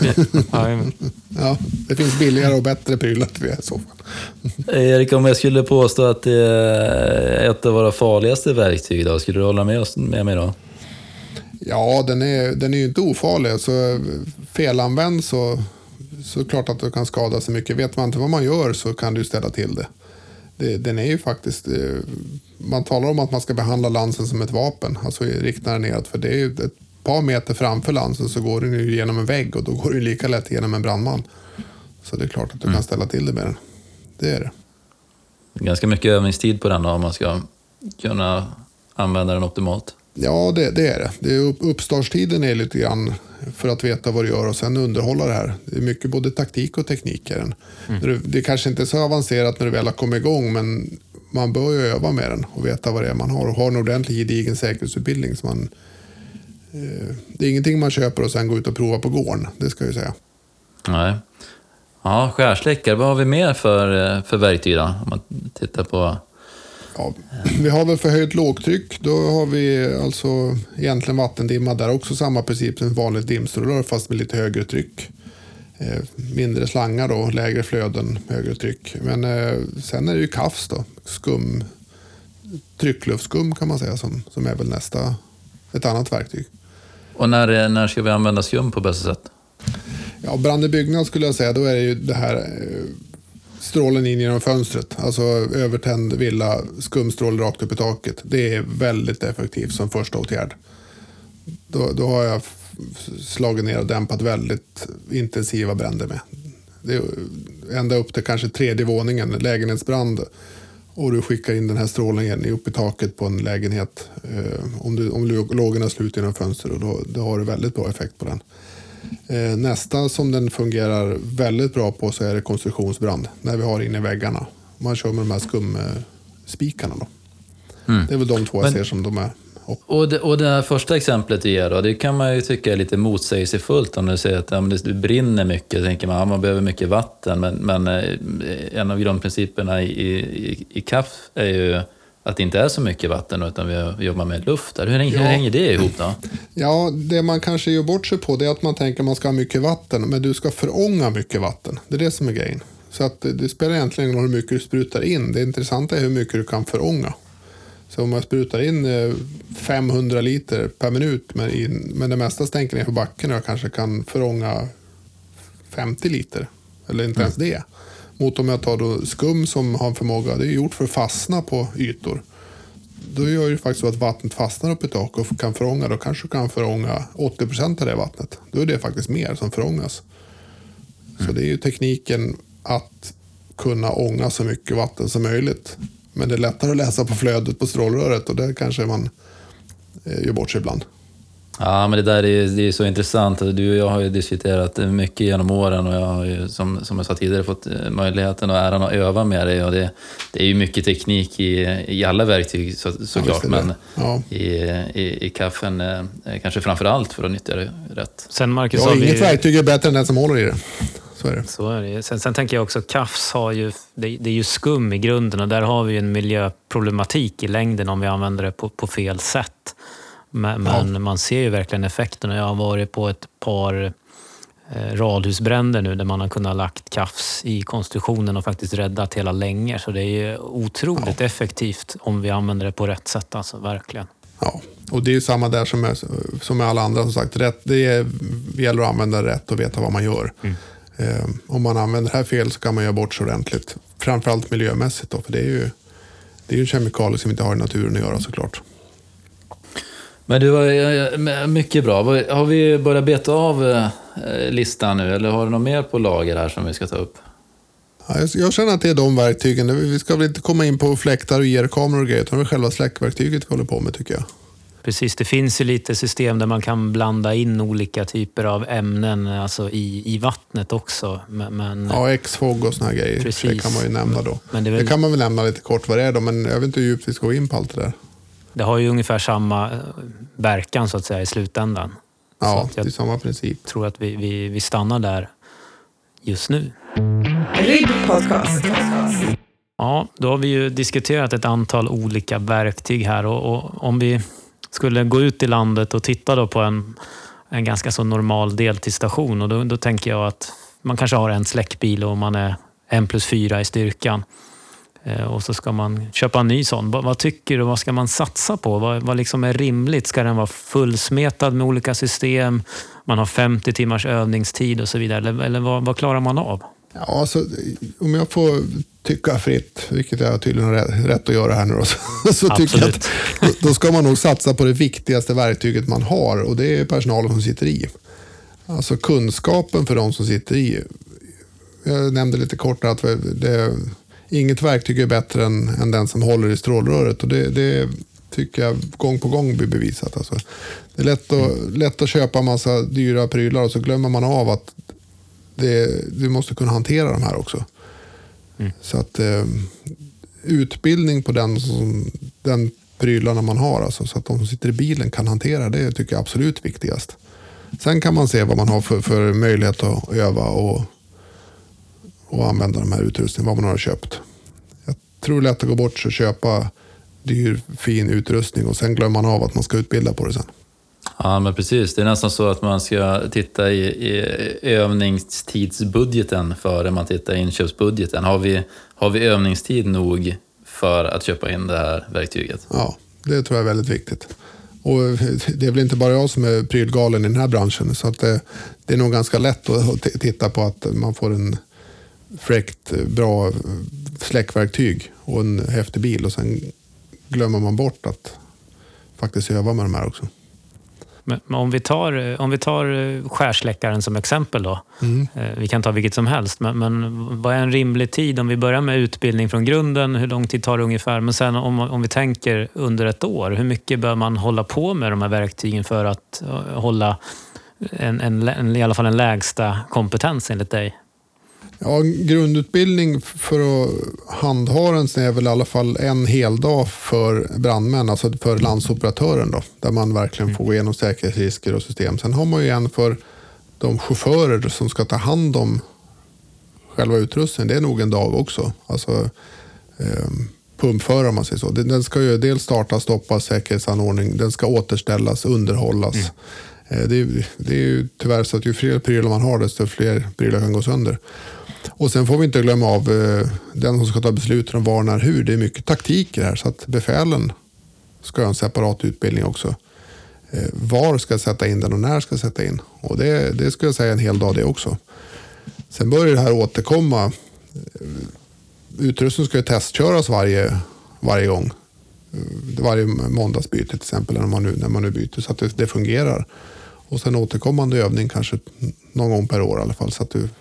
S4: Ja, det finns billigare och bättre prylar till det i så fall.
S2: Erik, om jag skulle påstå att det är ett av våra farligaste verktyg då, skulle du hålla med, oss, med mig då?
S4: Ja, den är, den är ju inte ofarlig. Så felanvänd så, så klart att du kan skada sig mycket. Vet man inte vad man gör så kan du ställa till det. Det, den är ju faktiskt, man talar om att man ska behandla lansen som ett vapen, alltså rikta den neråt, för det är ju ett par meter framför lansen så går den ju genom en vägg och då går det lika lätt genom en brandman. Så det är klart att du mm. kan ställa till det med den. Det är det.
S2: Ganska mycket övningstid på den då, om man ska kunna använda den optimalt.
S4: Ja, det, det är det. det är upp, uppstartstiden är lite grann för att veta vad du gör och sen underhålla det här. Det är mycket både taktik och teknik i den. Mm. Det är kanske inte så avancerat när du väl har kommit igång, men man bör ju öva med den och veta vad det är man har. Och ha en ordentlig gedigen säkerhetsutbildning. Så man, eh, det är ingenting man köper och sen går ut och provar på gården, det ska jag säga.
S2: Nej. Ja, skärsläckare, vad har vi mer för, för verktyg då? Om man tittar på...
S4: Ja, vi har väl förhöjt lågtryck. Då har vi alltså egentligen vattendimma där också, samma princip som vanligt dimstrålar fast med lite högre tryck. Eh, mindre slangar då, lägre flöden, högre tryck. Men eh, sen är det ju kafs då, skum, tryckluftsskum kan man säga som, som är väl nästa, ett annat verktyg.
S2: Och när, när ska vi använda skum på bästa sätt?
S4: Ja, brand i byggnad skulle jag säga, då är det ju det här... Eh, strålen in genom fönstret, alltså övertänd villa, skumstrål rakt upp i taket. Det är väldigt effektivt som första åtgärd. Då, då har jag slagit ner och dämpat väldigt intensiva bränder med. Det är ända upp till kanske tredje våningen, lägenhetsbrand, och du skickar in den här strålningen upp i taket på en lägenhet. Eh, om, du, om lågorna sluter genom fönster, och då, då har du väldigt bra effekt på den. Eh, nästa som den fungerar väldigt bra på så är det konstruktionsbrand, när vi har inne i väggarna. Man kör med de här skumspikarna då. Mm. Det är väl de två jag Men, ser som de är.
S2: Och det, och det här första exemplet du ger då, det kan man ju tycka är lite motsägelsefullt om du säger att ja, det brinner mycket, tänker man, ja, man behöver mycket vatten, men, men en av grundprinciperna i, i, i K A F är ju att det inte är så mycket vatten utan vi jobbar med luft. Hur, hur ja. hänger det ihop då?
S4: Ja, det man kanske gör bort sig på det är att man tänker att man ska ha mycket vatten, men du ska förånga mycket vatten. Det är det som är grejen. Så att det spelar egentligen hur mycket du sprutar in. Det intressanta är hur mycket du kan förånga. Så om jag sprutar in femhundra liter per minut, men, in, men det mesta stänker ner på backen och jag kanske kan förånga femtio liter. Eller inte mm. ens det. Mot om jag tar då skum som har en förmåga, det är gjort för att fastna på ytor. Då gör det faktiskt så att vattnet fastnar upp i tak och kan förånga. Då kanske du kan förånga åttio procent av det vattnet. Då är det faktiskt mer som förångas. Mm. Så det är ju tekniken att kunna ånga så mycket vatten som möjligt. Men det är lättare att läsa på flödet på strålröret, och där kanske man eh, gör bort sig ibland.
S2: Ja, men det där är, det är så intressant. Du och jag har ju diskuterat mycket genom åren, och jag har ju, som, som jag sa tidigare, fått möjligheten och äran att öva med det. Och det, det är ju mycket teknik i, i alla verktyg så, såklart, ja, men ja. i, i, i kaffen eh, kanske framför allt för att nyttja det rätt.
S1: Sen, Marcus,
S4: ja, inget
S1: vi...
S4: verktyg är bättre än den som håller i det. Så är det.
S1: Så är det. Sen, sen tänker jag också, K A Fs har ju, det, det är ju skum i grunden, och där har vi en miljöproblematik i längden om vi använder det på, på fel sätt. Men, ja. men man ser ju verkligen effekterna. Jag har varit på ett par eh, radhusbränder nu där man har kunnat lagt K A Fs i konstruktionen och faktiskt räddat hela längor. Så det är ju otroligt ja. effektivt om vi använder det på rätt sätt, alltså verkligen.
S4: Ja, och det är ju samma där som med, som med alla andra, som sagt. Rätt, det är, gäller att använda rätt och veta vad man gör. Mm. Eh, om man använder det här fel så kan man göra bort så ordentligt. Framförallt miljömässigt då, för det är ju det är ju kemikalier som inte har i naturen att göra, såklart.
S2: Men du, mycket bra. Har vi börjat beta av listan nu, eller har du något mer på lager här som vi ska ta upp?
S4: Ja, jag känner att det är de verktygen. Vi ska väl inte komma in på fläktar och I R-kameror och grejer, utan det är själva släckverktyget vi håller på med, tycker jag.
S1: Precis, det finns ju lite system där man kan blanda in olika typer av ämnen, alltså i, i vattnet också. Men, men,
S4: ja, X-fog och såna här grejer. Precis. Det kan man ju nämna då. Men det, väl... det kan man väl nämna lite kort vad det är då, men jag vet inte hur djupt vi ska gå in på allt det där.
S1: Det har ju ungefär samma verkan så att säga i slutändan.
S4: Ja, det är samma princip.
S1: Jag tror att vi, vi, vi stannar där just nu.
S3: R I B Podcast.
S1: Ja, då har vi ju diskuterat ett antal olika verktyg här, och, och om vi skulle gå ut i landet och titta då på en, en ganska så normal deltidsstation, och då, då tänker jag att man kanske har en släckbil och man är en plus fyra i styrkan. Och så ska man köpa en ny sån. Vad, vad tycker du? Vad ska man satsa på? Vad, vad liksom är rimligt? Ska den vara fullsmetad med olika system? Man har femtio timmars övningstid och så vidare. Eller, eller vad, vad klarar man av?
S4: Ja, alltså, om jag får tycka fritt, vilket jag tydligen har rätt, rätt att göra här nu då, så, så tycker jag att då, då ska man nog satsa på det viktigaste verktyget man har, och det är personalen som sitter i. Alltså kunskapen för de som sitter i. Jag nämnde lite kort att det inget verktyg är bättre än, än den som håller i strålröret, och det, det tycker jag gång på gång blir bevisat. Alltså, det är lätt att, mm. lätt att köpa en massa dyra prylar, och så glömmer man av att det, du måste kunna hantera de här också. Mm. Så att eh, utbildning på den, som, den prylarna man har, alltså, så att de som sitter i bilen kan hantera det, tycker jag är absolut viktigast. Sen kan man se vad man har för, för möjlighet att öva och och använda de här utrustningen, vad man har köpt. Jag tror det är lätt att gå bort och köpa dyr, fin utrustning, och sen glömmer man av att man ska utbilda på det sen.
S2: Ja, men precis. Det är nästan så att man ska titta i, i övningstidsbudgeten före man tittar i inköpsbudgeten. Har vi, har vi övningstid nog för att köpa in det här verktyget?
S4: Ja, det tror jag är väldigt viktigt. Och det är väl inte bara jag som är prylgalen i den här branschen, så att det, det är nog ganska lätt att titta på att man får en fräckt bra släckverktyg och en häftig bil, och sen glömmer man bort att faktiskt öva med de här också.
S1: Men om vi tar, om vi tar skärsläckaren som exempel då. Mm. Vi kan ta vilket som helst. Men, men vad är en rimlig tid? Om vi börjar med utbildning från grunden, hur lång tid tar det ungefär? Men sen om, om vi tänker under ett år, hur mycket bör man hålla på med de här verktygen för att hålla en, en, en, i alla fall en lägsta kompetens enligt dig?
S4: Ja, grundutbildning för att handha den är väl i alla fall en hel dag för brandmän, alltså för landsoperatören då, där man verkligen får gå igenom säkerhetsrisker och system. Sen har man ju en för de chaufförer som ska ta hand om själva utrustningen. Det är nog en dag också. Alltså eh, pumpförare om man säger så. Den ska ju dels starta, stoppa, säkerhetsanordning, den ska återställas, underhållas. Mm. Det är, det är ju tyvärr så att ju fler prylar man har, desto fler prylar kan gå sönder. Och sen får vi inte glömma av eh, den som ska ta beslut om var, när, hur. Det är mycket taktik i det här, så att befälen ska ha en separat utbildning också. Eh, var ska jag sätta in den och när ska jag sätta in? Och det, det ska jag säga en hel dag det också. Sen börjar det här återkomma. Utrustningen ska ju testköras varje, varje gång. Varje måndagsbyte till exempel, när man nu, när man nu byter, så att det, det fungerar. Och sen återkommande övning kanske någon gång per år i alla fall. Så att du,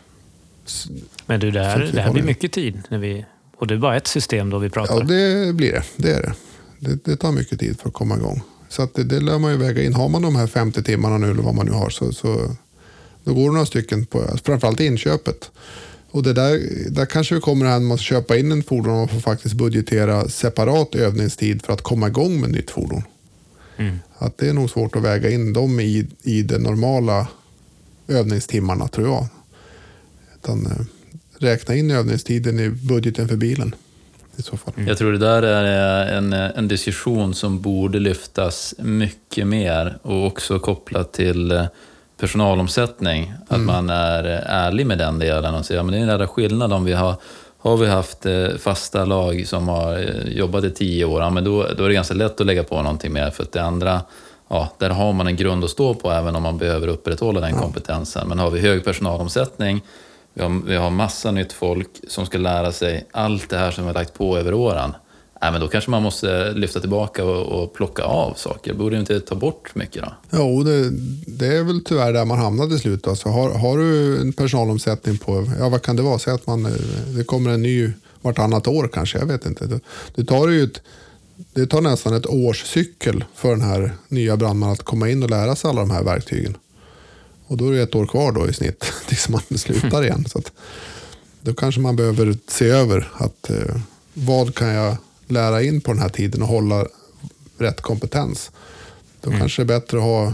S1: Men du, det här, det här blir mycket tid. När vi, och det är bara ett system då vi pratar.
S4: Ja, det blir det. Det är det. Det, det tar mycket tid för att komma igång. Så att det, det lär man ju väga in. Har man de här femtio timmarna nu eller vad man nu har, så, så då går det några stycken på, framförallt inköpet. Och det där, där kanske vi kommer att man måste köpa in en fordon och man får faktiskt budgetera separat övningstid för att komma igång med ett nytt fordon. Mm. Att det är nog svårt att väga in dem i, i de normala övningstimmarna, tror jag. Utan eh, räkna in övningstiden i budgeten för bilen i så fall.
S2: Mm. Jag tror det där är en, en diskussion som borde lyftas mycket mer och också kopplat till personalomsättning. Att mm. man är ärlig med den delen och säger, ja, men det är en jävla skillnad om vi har Har vi haft fasta lag som har jobbat i tio år, ja, men då, då är det ganska lätt att lägga på någonting mer. För att det andra, ja, där har man en grund att stå på även om man behöver upprätthålla den kompetensen. Men har vi hög personalomsättning, vi har, vi har massa nytt folk som ska lära sig allt det här som vi har lagt på över åren. Ja, men då kanske man måste lyfta tillbaka och, och plocka av saker. Borde inte ta bort mycket då?
S4: Jo, det, det är väl tyvärr där man hamnar till slut. Alltså, har, har du en personalomsättning på, ja, vad kan det vara? Säg att man, det kommer en ny vartannat år kanske, jag vet inte. Det, det, tar ju ett, det tar nästan ett års cykel för den här nya brandmannen att komma in och lära sig alla de här verktygen. Och då är det ett år kvar då i snitt tills man slutar igen. Så att, då kanske man behöver se över att eh, vad kan jag lära in på den här tiden och hålla rätt kompetens. Då mm. kanske det är bättre att ha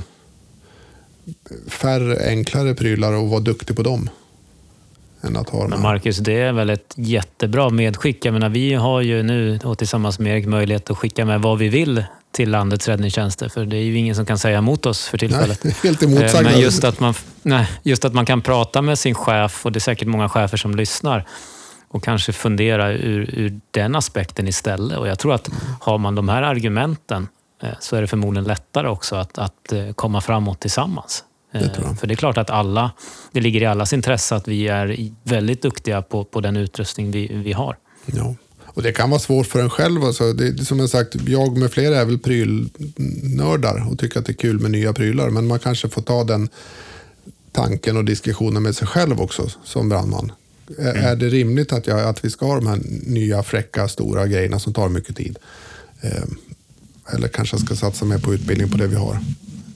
S4: färre, enklare prylar och vara duktig på dem. Än att ha dem.
S1: Men Marcus, det är väl ett jättebra medskick. Jag menar, vi har ju nu och tillsammans med Erik möjlighet att skicka med vad vi vill till landets räddningstjänster. För det är ju ingen som kan säga emot oss för tillfället.
S4: Nej, helt emotsagda.
S1: Men just att, man, nej, just att man kan prata med sin chef, och det är säkert många chefer som lyssnar, och kanske fundera ur, ur den aspekten istället. Och jag tror att har man de här argumenten så är det förmodligen lättare också att, att komma framåt tillsammans. Det tror jag. För det är klart att alla, det ligger i allas intresse att vi är väldigt duktiga på, på den utrustning vi, vi har.
S4: Ja, och det kan vara svårt för en själv. Alltså det, som jag sagt, jag med flera är väl prylnördar och tycker att det är kul med nya prylar. Men man kanske får ta den tanken och diskussionen med sig själv också som brandman. Mm. Är det rimligt att, jag, att vi ska ha de här nya, fräcka, stora grejerna som tar mycket tid? Eh, eller kanske ska satsa mer på utbildning på det vi har.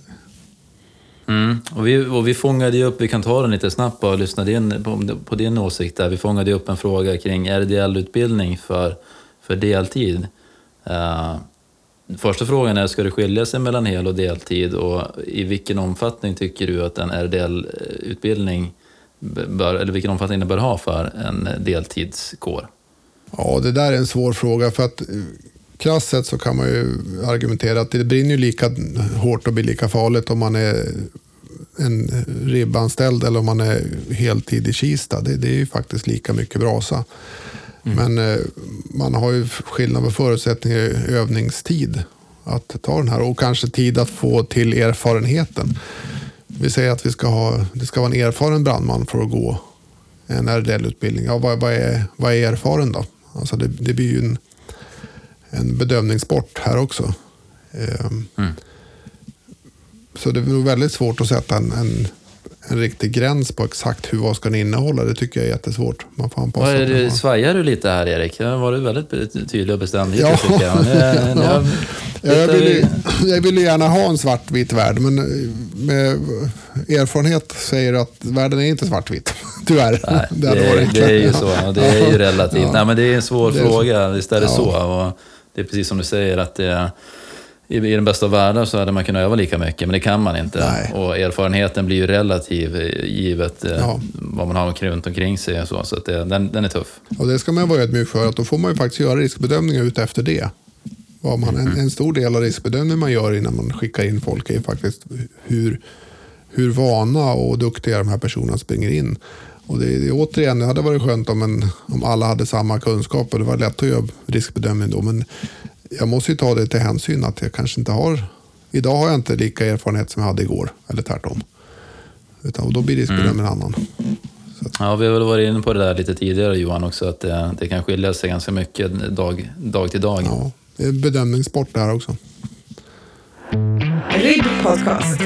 S2: Mm. Och, vi, och vi fångade ju upp, vi kan ta den lite snabbt och lyssna in på, på din åsikt där. Vi fångade ju upp en fråga kring R D L-utbildning för, för deltid. Uh, första frågan är, ska det skilja sig mellan hel- och deltid? Och i vilken omfattning tycker du att en R D L-utbildning bör, eller vilken omfattning det bör ha för en deltidskår?
S4: Ja, det där är en svår fråga, för att krasst sett så kan man ju argumentera att det brinner ju lika hårt och blir lika farligt om man är en ribbanställd eller om man är heltid i Kista. Det, det är ju faktiskt lika mycket brasa. Mm. Men eh, man har ju skillnad med förutsättningar i övningstid att ta den här, och kanske tid att få till erfarenheten. Vi säger att vi ska ha, det ska vara en erfaren brandman för att gå en R D L-utbildning. Ja, vad, vad, är, vad är erfaren då? Alltså det, det blir ju en en bedömningssport här också. Mm. så det är nog väldigt svårt att sätta en, en, en riktig gräns på exakt hur vad ska den innehålla. Det tycker jag är jättesvårt. Man får anpassa.
S2: Är det, svajar du lite här, Erik? Jag var du väldigt tydlig och bestämd
S4: ja.
S2: tycker jag. Nu, nu,
S4: ja. Ja, jag, vill ju, jag vill ju gärna ha en svartvit värld, men med erfarenhet säger att världen är inte svartvit. Tyvärr.
S2: Nej, det,
S4: det,
S2: är, det är ju så. Och det är ju relativt.
S4: Ja.
S2: Nej, men det är en svår
S4: det är
S2: fråga. Visst är det
S4: ja.
S2: så. Och det är precis som du säger att det, i den bästa av världar så hade man kunnat öva lika mycket, men det kan man inte.
S4: Nej.
S2: Och erfarenheten blir ju relativ givet
S4: ja.
S2: vad man har runt omkring sig och så. Så att det, den, den är tuff.
S4: Och det ska man vara ödmjuk för, att då får man ju faktiskt göra riskbedömningar ut efter det. Vad man, en, en stor del av riskbedömningen man gör innan man skickar in folk är faktiskt hur, hur vana och duktiga de här personerna springer in. Och det, det, återigen, det hade varit skönt om, en, om alla hade samma kunskap och det var lätt att göra riskbedömning då. Men jag måste ju ta det till hänsyn att jag kanske inte har... Idag har jag inte lika erfarenhet som jag hade igår, eller tvärtom. Utan, och då blir riskbedömningen mm. annan. Så.
S2: Ja, vi har väl varit inne på det där lite tidigare, Johan, också. Att det, det kan skilja sig ganska mycket dag, dag till dag.
S4: Ja, det är bedömningssport där också.
S3: R I B Podcast.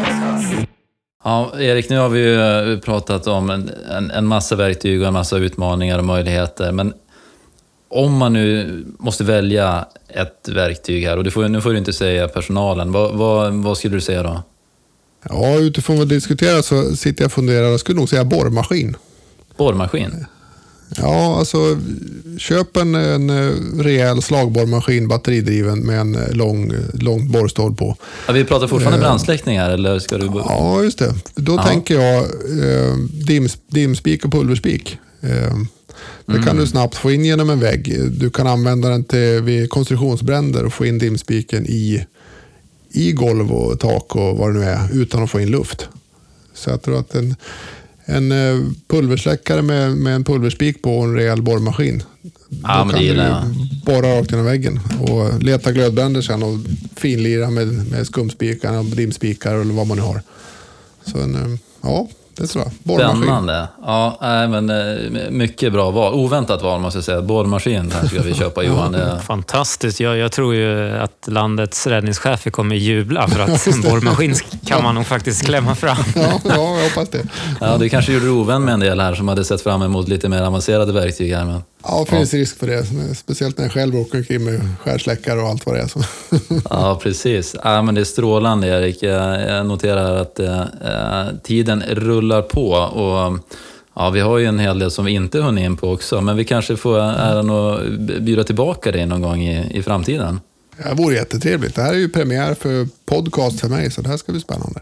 S2: Ja, Erik, nu har vi ju pratat om en, en, en massa verktyg och en massa utmaningar och möjligheter. Men om man nu måste välja ett verktyg här, och du får, nu får du inte säga personalen, vad, vad, vad skulle du säga då?
S4: Ja, utifrån vad vi diskuterar så sitter jag och funderar, jag skulle nog säga borrmaskin.
S2: Borrmaskin?
S4: Ja, alltså köp en, en rejäl slagborrmaskin, batteridriven med en lång, lång borrstål på. Ja, vi
S2: pratar fortfarande uh, brandssläckning här, eller ska du...
S4: Ja, just det. Då ja. tänker jag eh, dims, dimspik och pulverspik. Eh, det mm. kan du snabbt få in genom en vägg. Du kan använda den till vid konstruktionsbränder och få in dimspiken i, i golv och tak och vad det nu är, utan att få in luft. Så jag tror att en En pulversläckare med, med en pulverspik på och en rejäl borrmaskin.
S2: Ja,
S4: då
S2: men
S4: kan
S2: det
S4: du
S2: är
S4: borra rakt genom väggen och leta glödbränder sen och finlira med, med skumspikar och dimspikar eller vad man nu har. Så en, ja, det tror jag. Borrmaskin.
S2: Spännande. Ja, nej, men mycket bra val. Oväntat val måste jag säga. Borrmaskin här ska vi köpa, Johan.
S1: Fantastiskt. Jag, jag tror ju att landets räddningschefer kommer jubla för att en borrmaskin kan man nog faktiskt klämma fram.
S4: Ja, ja, jag hoppas det.
S2: Ja, du kanske gjorde ovän med en del här som hade sett fram emot lite mer avancerade verktyg här. Men...
S4: Ja, det finns ja. risk för det. Speciellt när jag själv åker omkring med skärsläckare och allt vad det är. Så.
S2: Ja, precis. Ja, men det är strålande, Erik. Jag noterar att eh, tiden rullar på och ja, vi har ju en hel del som vi inte hunnit in på också. Men vi kanske får äran att bjuda tillbaka dig någon gång i, i framtiden.
S4: Det vore jättetrevligt. Det här är ju premiär för podcast för mig, så det här ska bli spännande.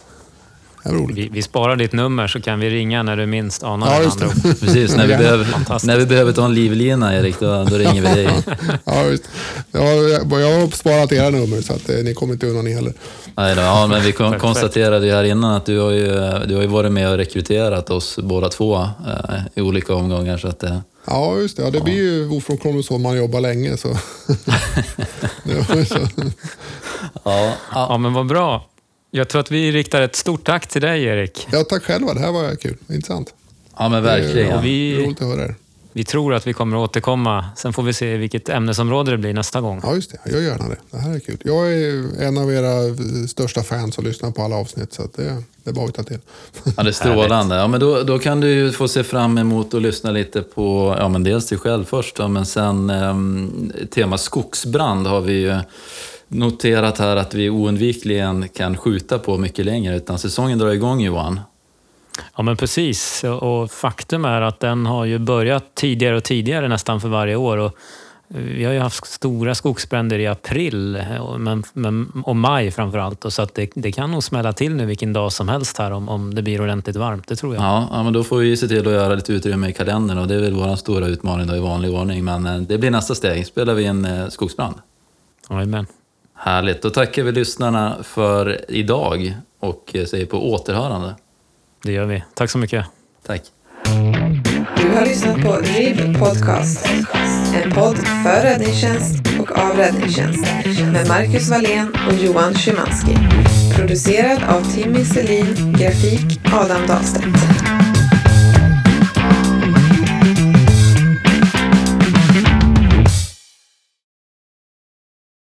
S1: Vi, vi sparar ditt nummer så kan vi ringa när du minst anar
S4: ja,
S1: det.
S2: det. Precis, när vi, behöver, när vi behöver ta en livlina, Erik, då, då ringer vi dig.
S4: Ja, just. Ja, jag, jag har sparat era nummer så att eh, ni kommer inte undan ni heller.
S2: Nej då, ja, men vi kon- konstaterade ju här innan att du har ju, du har ju varit med och rekryterat oss båda två eh, i olika omgångar. Så att, eh,
S4: ja, just det. Ja, det blir ju ofrånkomligt så man jobbar länge. Så.
S1: så. Ja, ja, men vad bra. Jag tror att vi riktar ett stort tack till dig, Erik.
S4: Ja, tack själva. Det här var kul. Intressant.
S2: Ja, men verkligen.
S4: Det är,
S1: och vi,
S4: roligt att höra det.
S1: Vi tror att vi kommer att återkomma. Sen får vi se vilket ämnesområde det blir nästa gång.
S4: Ja, just det. Jag gör gärna det. Det här är kul. Jag är en av era största fans och lyssnar på alla avsnitt. Så att det, det är bara att ta till.
S2: Ja, det är strålande. Ja, men då, då kan du ju få se fram emot och lyssna lite på, ja, men dels dig själv först. Då, men sen eh, tema skogsbrand har vi ju noterat här att vi oundvikligen kan skjuta på mycket längre, utan säsongen drar igång, Johan.
S1: Ja, men precis. Och faktum är att den har ju börjat tidigare och tidigare nästan för varje år. Och vi har ju haft stora skogsbränder i april men, men, och maj framförallt. Och så att det, det kan nog smälla till nu vilken dag som helst här om, om det blir ordentligt varmt, det tror jag.
S2: Ja, ja, men då får vi se till att göra lite utrymme i kalendern och det är väl vår stora utmaning då i vanlig ordning. Men det blir nästa steg. Spelar vi en eh, skogsbrand.
S1: Amen.
S2: Härligt. Då tackar vi lyssnarna för idag och säger på återhörande.
S1: Det gör vi. Tack så mycket.
S2: Tack.
S3: Du har lyssnat på R I B Podcast. En podd för räddningstjänst och av räddningstjänst. Med Marcus Wallén och Johan Szymanski. Producerad av Timmy Selin, grafik Adam Dahlstedt.